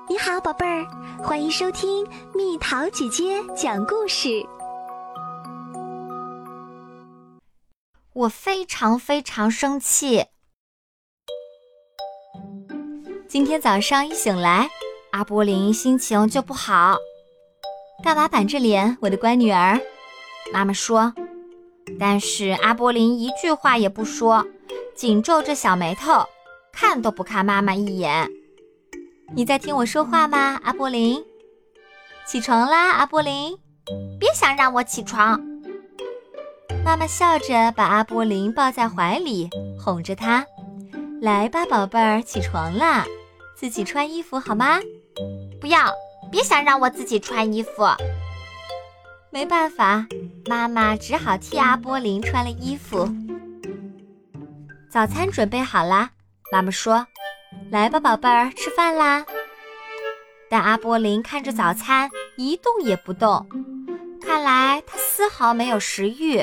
你好，宝贝儿，欢迎收听蜜桃姐姐讲故事。 我非常非常生气。今天早上一醒来，阿波林心情就不好。干嘛板着脸，我的乖女儿？妈妈说。但是阿波林一句话也不说，紧皱着小眉头，看都不看妈妈一眼。你在听我说话吗，阿波林？起床啦，阿波林，别想让我起床。妈妈笑着把阿波林抱在怀里，哄着他。来吧，宝贝儿，起床啦，自己穿衣服好吗？不要，别想让我自己穿衣服。没办法，妈妈只好替阿波林穿了衣服。早餐准备好啦，妈妈说，来吧，宝贝儿，吃饭啦。但阿波林看着早餐，一动也不动，看来他丝毫没有食欲。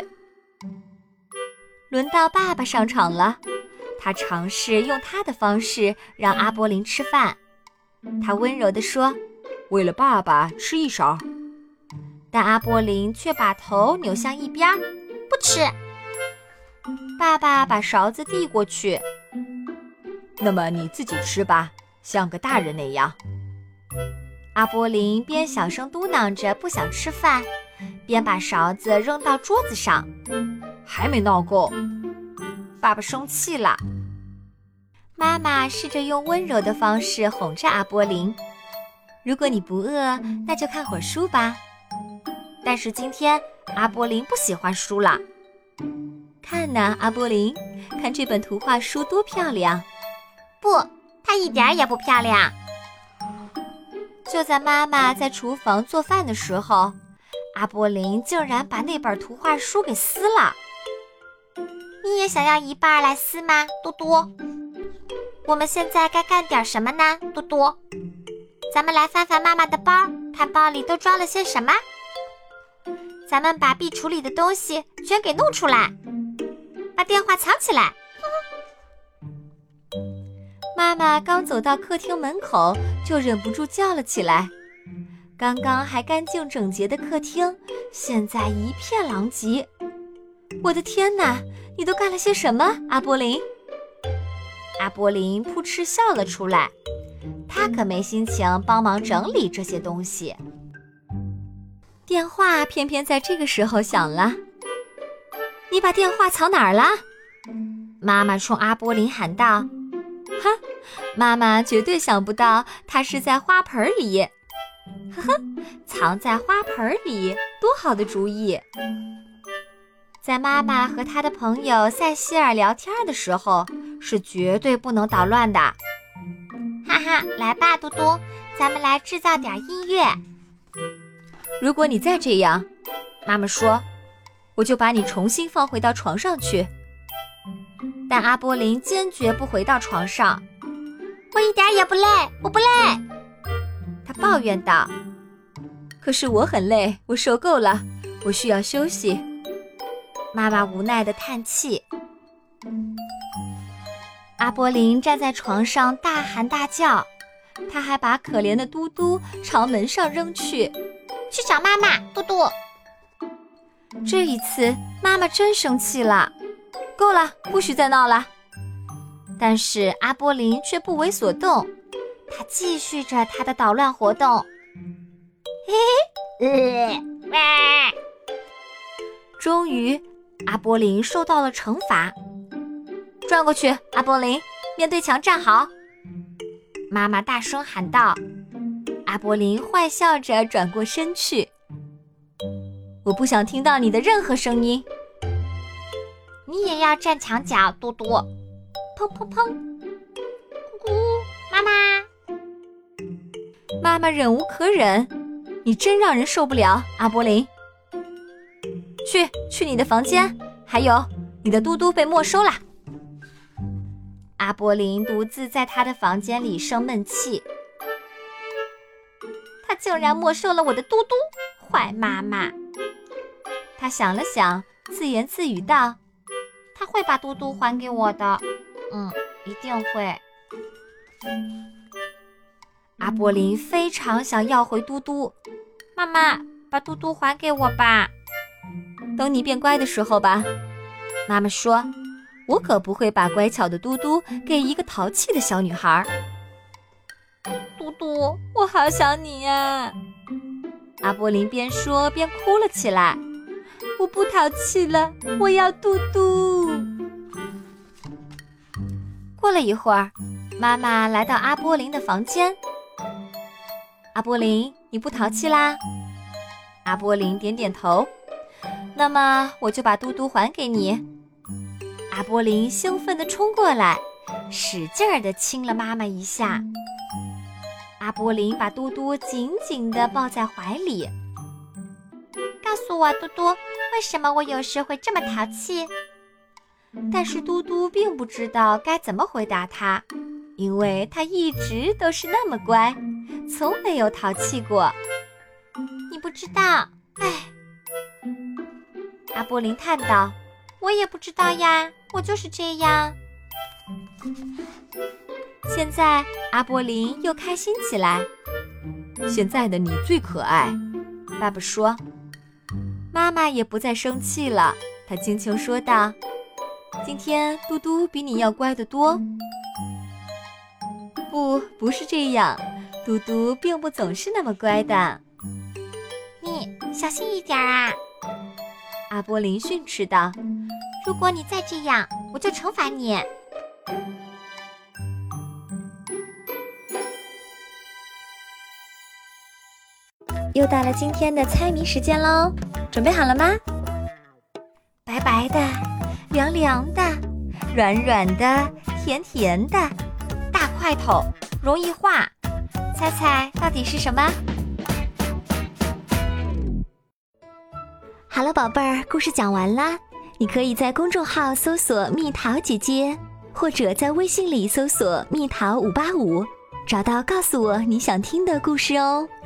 轮到爸爸上场了，他尝试用他的方式让阿波林吃饭。他温柔地说，为了爸爸，吃一勺。但阿波林却把头扭向一边，不吃。爸爸把勺子递过去，那么你自己吃吧，像个大人那样。阿波林边小声嘟囔着不想吃饭，边把勺子扔到桌子上。还没闹够。爸爸生气了。妈妈试着用温柔的方式哄着阿波林，如果你不饿，那就看会儿书吧。但是今天阿波林不喜欢书了。看呐，阿波林，看这本图画书多漂亮。不，它一点也不漂亮。就在妈妈在厨房做饭的时候，阿波林竟然把那本图画书给撕了。你也想要一半来撕吗，嘟嘟？我们现在该干点什么呢，嘟嘟？咱们来翻翻妈妈的包，看包里都装了些什么。咱们把壁橱里的东西全给弄出来，把电话藏起来。妈妈刚走到客厅门口，就忍不住叫了起来。刚刚还干净整洁的客厅，现在一片狼藉。我的天哪，你都干了些什么，阿波林？阿波林扑哧笑了出来，他可没心情帮忙整理这些东西。电话偏偏在这个时候响了。你把电话藏哪儿了？妈妈冲阿波林喊道。哈，妈妈绝对想不到他是在花盆里。呵呵，藏在花盆里，多好的主意。在妈妈和她的朋友塞西尔聊天的时候，是绝对不能捣乱的。哈哈，来吧，嘟嘟，咱们来制造点音乐。如果你再这样，妈妈说，我就把你重新放回到床上去。但阿波林坚决不回到床上。我一点也不累，我不累，他抱怨道。可是我很累，我受够了，我需要休息。妈妈无奈地叹气。阿波林站在床上大喊大叫，他还把可怜的嘟嘟朝门上扔去。去找妈妈，嘟嘟。这一次妈妈真生气了。够了，不许再闹了。但是阿波林却不为所动，他继续着他的捣乱活动。终于阿波林受到了惩罚。转过去，阿波林，面对墙站好。妈妈大声喊道。阿波林坏笑着转过身去。我不想听到你的任何声音。你也要站墙角，嘟嘟。砰砰砰，咕咕，妈妈。妈妈忍无可忍，你真让人受不了，阿波林。去你的房间，还有你的嘟嘟被没收了。阿波林独自在他的房间里生闷气。他竟然没收了我的嘟嘟，坏妈妈。他想了想，自言自语道，他会把嘟嘟还给我的，一定会。 阿波林非常想要回嘟嘟。妈妈，把嘟嘟还给我吧。等你变乖的时候吧。妈妈说，我可不会把乖巧的嘟嘟给一个淘气的小女孩。嘟嘟，我好想你呀。阿波林边说边哭了起来。我不淘气了，我要嘟嘟。过了一会儿，妈妈来到阿波林的房间。阿波林，你不淘气啦？阿波林点点头。那么我就把嘟嘟还给你。阿波林兴奋地冲过来，使劲儿地亲了妈妈一下。阿波林把嘟嘟紧紧地抱在怀里。告诉我，嘟嘟，为什么我有时会这么淘气？但是嘟嘟并不知道该怎么回答他，因为他一直都是那么乖，从没有淘气过。你不知道，唉。阿波林叹道，我也不知道呀，我就是这样。现在阿波林又开心起来。现在的你最可爱，爸爸说。妈妈也不再生气了，她轻轻说道，今天嘟嘟比你要乖得多。不是这样，嘟嘟并不总是那么乖的。你小心一点啊，阿波林训斥道，如果你再这样，我就惩罚你。又到了今天的猜谜时间喽，准备好了吗？白白的，凉凉的，软软的，甜甜的，大块头，容易画，猜猜到底是什么？ 好了，宝贝儿，故事讲完啦。你可以在公众号搜索蜜桃姐姐，或者在微信里搜索蜜桃585，找到告诉我你想听的故事哦。